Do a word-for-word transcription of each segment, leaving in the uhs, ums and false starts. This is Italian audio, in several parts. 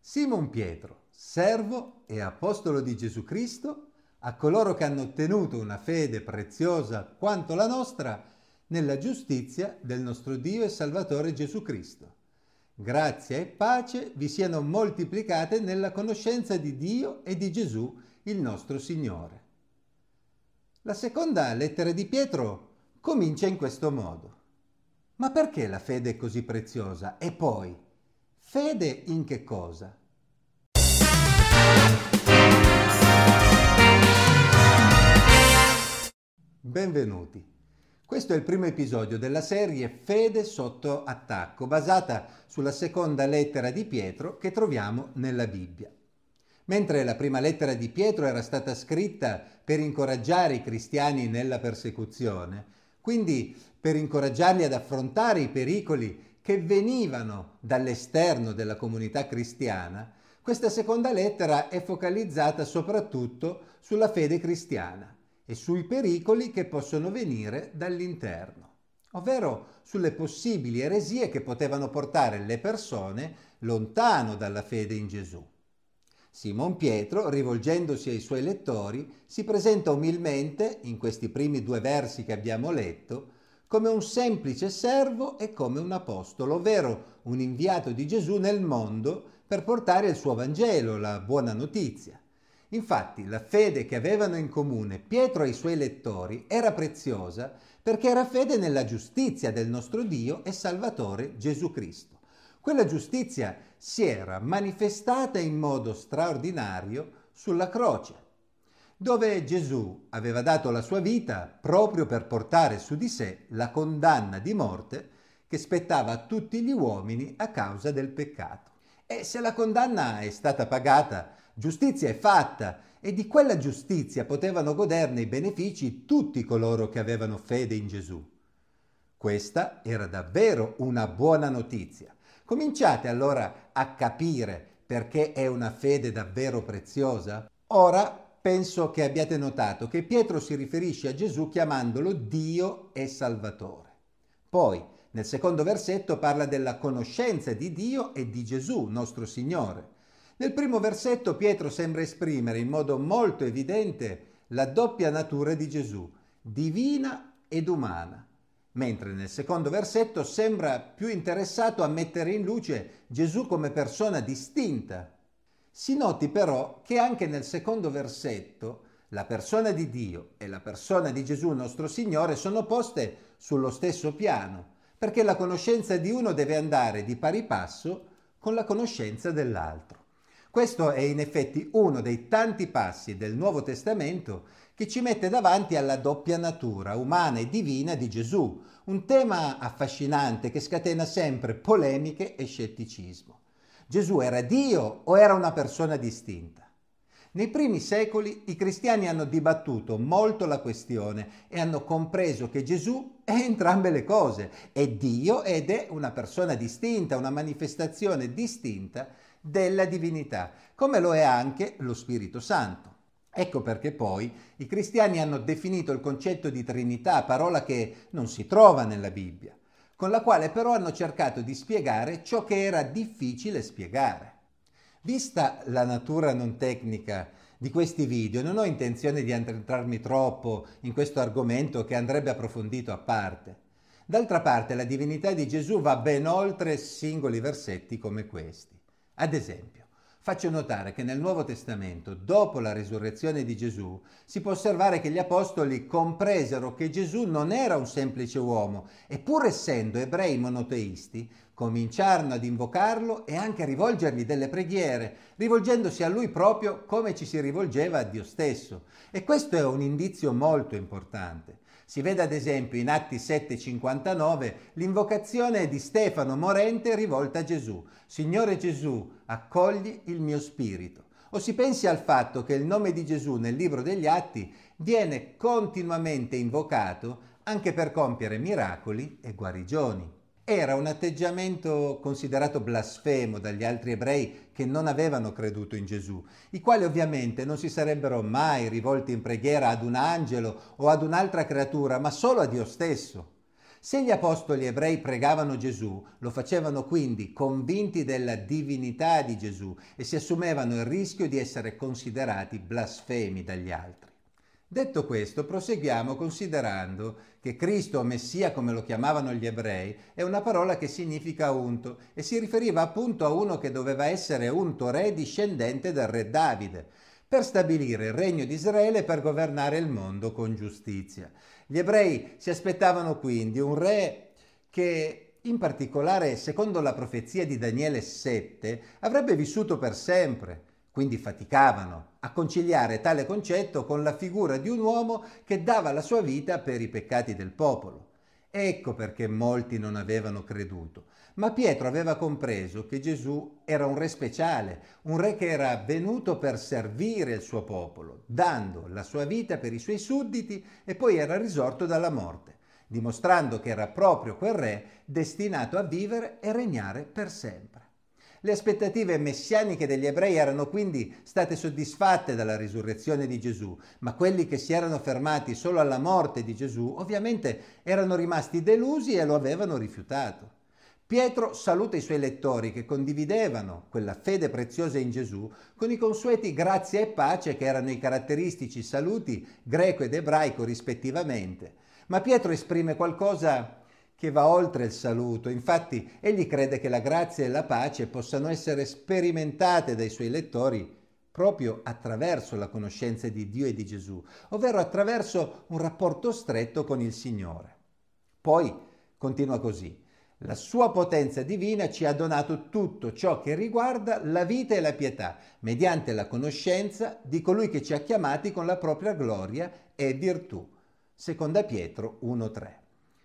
Simon Pietro, servo e apostolo di Gesù Cristo, a coloro che hanno ottenuto una fede preziosa quanto la nostra nella giustizia del nostro Dio e Salvatore Gesù Cristo. Grazia e pace vi siano moltiplicate nella conoscenza di Dio e di Gesù, il nostro Signore. La seconda lettera di Pietro comincia in questo modo. Ma perché la fede è così preziosa? E poi, fede in che cosa? Benvenuti. Questo è il primo episodio della serie Fede sotto attacco, basata sulla seconda lettera di Pietro che troviamo nella Bibbia. Mentre la prima lettera di Pietro era stata scritta per incoraggiare i cristiani nella persecuzione, quindi per incoraggiarli ad affrontare i pericoli che venivano dall'esterno della comunità cristiana, questa seconda lettera è focalizzata soprattutto sulla fede cristiana e sui pericoli che possono venire dall'interno, ovvero sulle possibili eresie che potevano portare le persone lontano dalla fede in Gesù. Simon Pietro, rivolgendosi ai suoi lettori, si presenta umilmente, in questi primi due versi che abbiamo letto, come un semplice servo e come un apostolo, ovvero un inviato di Gesù nel mondo per portare il suo Vangelo, la buona notizia. Infatti, la fede che avevano in comune Pietro e i suoi lettori era preziosa perché era fede nella giustizia del nostro Dio e Salvatore Gesù Cristo. Quella giustizia si era manifestata in modo straordinario sulla croce, dove Gesù aveva dato la sua vita proprio per portare su di sé la condanna di morte che spettava a tutti gli uomini a causa del peccato. E se la condanna è stata pagata, giustizia è fatta, e di quella giustizia potevano goderne i benefici tutti coloro che avevano fede in Gesù. Questa era davvero una buona notizia. Cominciate allora a capire perché è una fede davvero preziosa? Ora penso che abbiate notato che Pietro si riferisce a Gesù chiamandolo Dio e Salvatore. Poi, nel secondo versetto parla della conoscenza di Dio e di Gesù, nostro Signore. Nel primo versetto Pietro sembra esprimere in modo molto evidente la doppia natura di Gesù, divina ed umana, mentre nel secondo versetto sembra più interessato a mettere in luce Gesù come persona distinta. Si noti però che anche nel secondo versetto la persona di Dio e la persona di Gesù nostro Signore sono poste sullo stesso piano, perché la conoscenza di uno deve andare di pari passo con la conoscenza dell'altro. Questo è in effetti uno dei tanti passi del Nuovo Testamento che ci mette davanti alla doppia natura umana e divina di Gesù, un tema affascinante che scatena sempre polemiche e scetticismo. Gesù era Dio o era una persona distinta? Nei primi secoli i cristiani hanno dibattuto molto la questione e hanno compreso che Gesù è entrambe le cose, è Dio ed è una persona distinta, una manifestazione distinta della divinità, come lo è anche lo Spirito Santo. Ecco perché poi i cristiani hanno definito il concetto di Trinità, parola che non si trova nella Bibbia, con la quale però hanno cercato di spiegare ciò che era difficile spiegare. Vista la natura non tecnica di questi video, non ho intenzione di addentrarmi troppo in questo argomento che andrebbe approfondito a parte. D'altra parte, la divinità di Gesù va ben oltre singoli versetti come questi. Ad esempio, faccio notare che nel Nuovo Testamento, dopo la risurrezione di Gesù, si può osservare che gli apostoli compresero che Gesù non era un semplice uomo e pur essendo ebrei monoteisti, cominciarono ad invocarlo e anche a rivolgergli delle preghiere, rivolgendosi a lui proprio come ci si rivolgeva a Dio stesso. E questo è un indizio molto importante. Si vede ad esempio in Atti sette cinquantanove l'invocazione di Stefano morente rivolta a Gesù: Signore Gesù, accogli il mio spirito. O si pensi al fatto che il nome di Gesù nel libro degli Atti viene continuamente invocato anche per compiere miracoli e guarigioni. Era un atteggiamento considerato blasfemo dagli altri ebrei che non avevano creduto in Gesù, i quali ovviamente non si sarebbero mai rivolti in preghiera ad un angelo o ad un'altra creatura, ma solo a Dio stesso. Se gli apostoli ebrei pregavano Gesù, lo facevano quindi convinti della divinità di Gesù e si assumevano il rischio di essere considerati blasfemi dagli altri. Detto questo, proseguiamo considerando che Cristo o Messia, come lo chiamavano gli ebrei, è una parola che significa unto e si riferiva appunto a uno che doveva essere unto re discendente del re Davide, per stabilire il regno di Israele e per governare il mondo con giustizia. Gli ebrei si aspettavano quindi un re che, in particolare secondo la profezia di Daniele sette, avrebbe vissuto per sempre. Quindi faticavano a conciliare tale concetto con la figura di un uomo che dava la sua vita per i peccati del popolo. Ecco perché molti non avevano creduto. Ma Pietro aveva compreso che Gesù era un re speciale, un re che era venuto per servire il suo popolo, dando la sua vita per i suoi sudditi e poi era risorto dalla morte, dimostrando che era proprio quel re destinato a vivere e regnare per sempre. Le aspettative messianiche degli ebrei erano quindi state soddisfatte dalla risurrezione di Gesù, ma quelli che si erano fermati solo alla morte di Gesù ovviamente erano rimasti delusi e lo avevano rifiutato. Pietro saluta i suoi lettori che condividevano quella fede preziosa in Gesù con i consueti grazia e pace che erano i caratteristici saluti greco ed ebraico rispettivamente. Ma Pietro esprime qualcosa che va oltre il saluto. Infatti, egli crede che la grazia e la pace possano essere sperimentate dai suoi lettori proprio attraverso la conoscenza di Dio e di Gesù, ovvero attraverso un rapporto stretto con il Signore. Poi continua così: la sua potenza divina ci ha donato tutto ciò che riguarda la vita e la pietà, mediante la conoscenza di colui che ci ha chiamati con la propria gloria e virtù. Seconda Pietro uno tre.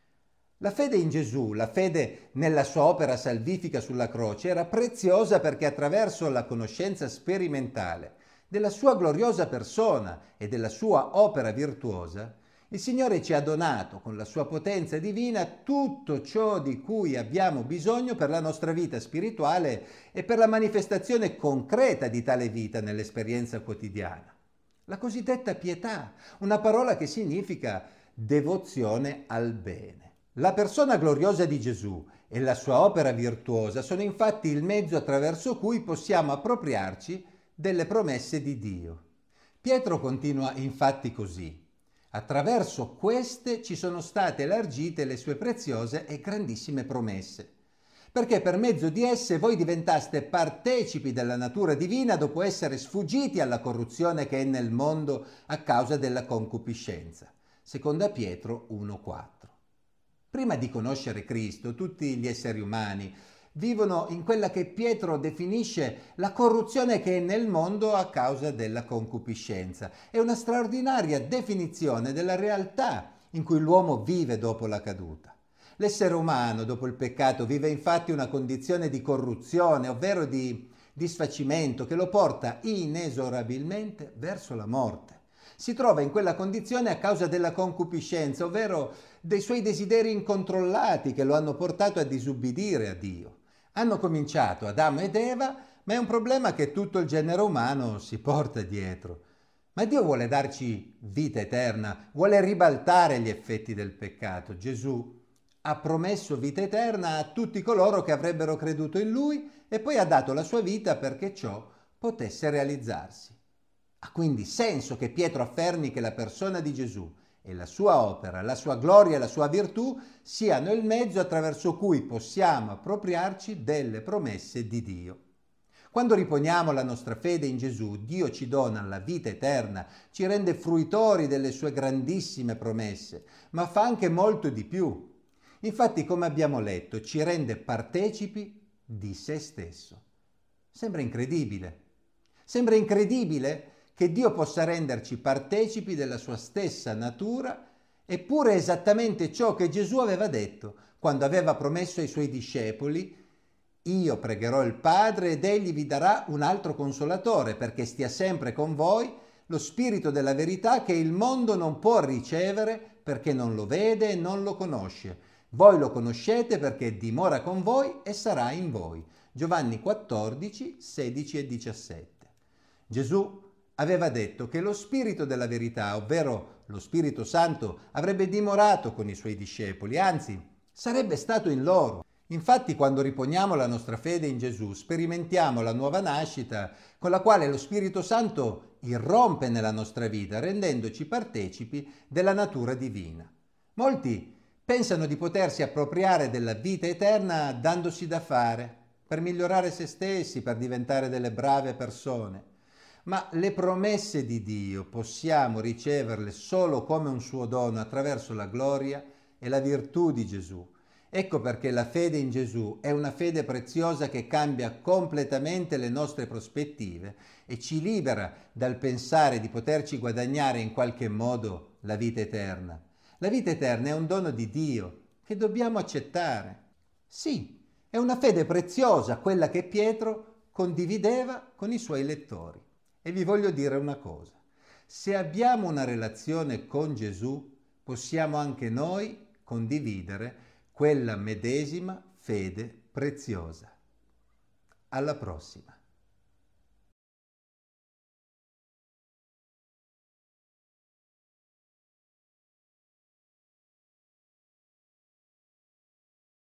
La fede in Gesù, la fede nella sua opera salvifica sulla croce era preziosa perché attraverso la conoscenza sperimentale della sua gloriosa persona e della sua opera virtuosa, il Signore ci ha donato con la sua potenza divina tutto ciò di cui abbiamo bisogno per la nostra vita spirituale e per la manifestazione concreta di tale vita nell'esperienza quotidiana. La cosiddetta pietà, una parola che significa devozione al bene. La persona gloriosa di Gesù e la sua opera virtuosa sono infatti il mezzo attraverso cui possiamo appropriarci delle promesse di Dio. Pietro continua infatti così: attraverso queste ci sono state elargite le sue preziose e grandissime promesse, perché per mezzo di esse voi diventaste partecipi della natura divina dopo essere sfuggiti alla corruzione che è nel mondo a causa della concupiscenza. Seconda Pietro uno quattro. Prima di conoscere Cristo, tutti gli esseri umani vivono in quella che Pietro definisce la corruzione che è nel mondo a causa della concupiscenza. È una straordinaria definizione della realtà in cui l'uomo vive dopo la caduta. L'essere umano, dopo il peccato, vive infatti una condizione di corruzione, ovvero di disfacimento, che lo porta inesorabilmente verso la morte. Si trova in quella condizione a causa della concupiscenza, ovvero dei suoi desideri incontrollati che lo hanno portato a disubbidire a Dio. Hanno cominciato Adamo ed Eva, ma è un problema che tutto il genere umano si porta dietro. Ma Dio vuole darci vita eterna, vuole ribaltare gli effetti del peccato. Gesù ha promesso vita eterna a tutti coloro che avrebbero creduto in Lui e poi ha dato la sua vita perché ciò potesse realizzarsi. Ha quindi senso che Pietro affermi che la persona di Gesù e la sua opera, la sua gloria e la sua virtù siano il mezzo attraverso cui possiamo appropriarci delle promesse di Dio. Quando riponiamo la nostra fede in Gesù, Dio ci dona la vita eterna, ci rende fruitori delle sue grandissime promesse, ma fa anche molto di più. Infatti, come abbiamo letto, ci rende partecipi di se stesso. Sembra incredibile. Sembra incredibile che Dio possa renderci partecipi della sua stessa natura, eppure è esattamente ciò che Gesù aveva detto quando aveva promesso ai suoi discepoli: io pregherò il Padre ed egli vi darà un altro consolatore perché stia sempre con voi, lo Spirito della verità che il mondo non può ricevere perché non lo vede e non lo conosce. Voi lo conoscete perché dimora con voi e sarà in voi. Giovanni quattordici, sedici e diciassette. Gesù aveva detto che lo Spirito della verità, ovvero lo Spirito Santo, avrebbe dimorato con i suoi discepoli, anzi sarebbe stato in loro. Infatti, quando riponiamo la nostra fede in Gesù, sperimentiamo la nuova nascita con la quale lo Spirito Santo irrompe nella nostra vita, rendendoci partecipi della natura divina. Molti pensano di potersi appropriare della vita eterna dandosi da fare, per migliorare se stessi, per diventare delle brave persone. Ma le promesse di Dio possiamo riceverle solo come un suo dono attraverso la gloria e la virtù di Gesù. Ecco perché la fede in Gesù è una fede preziosa che cambia completamente le nostre prospettive e ci libera dal pensare di poterci guadagnare in qualche modo la vita eterna. La vita eterna è un dono di Dio che dobbiamo accettare. Sì, è una fede preziosa quella che Pietro condivideva con i suoi lettori. E vi voglio dire una cosa: se abbiamo una relazione con Gesù, possiamo anche noi condividere quella medesima fede preziosa. Alla prossima.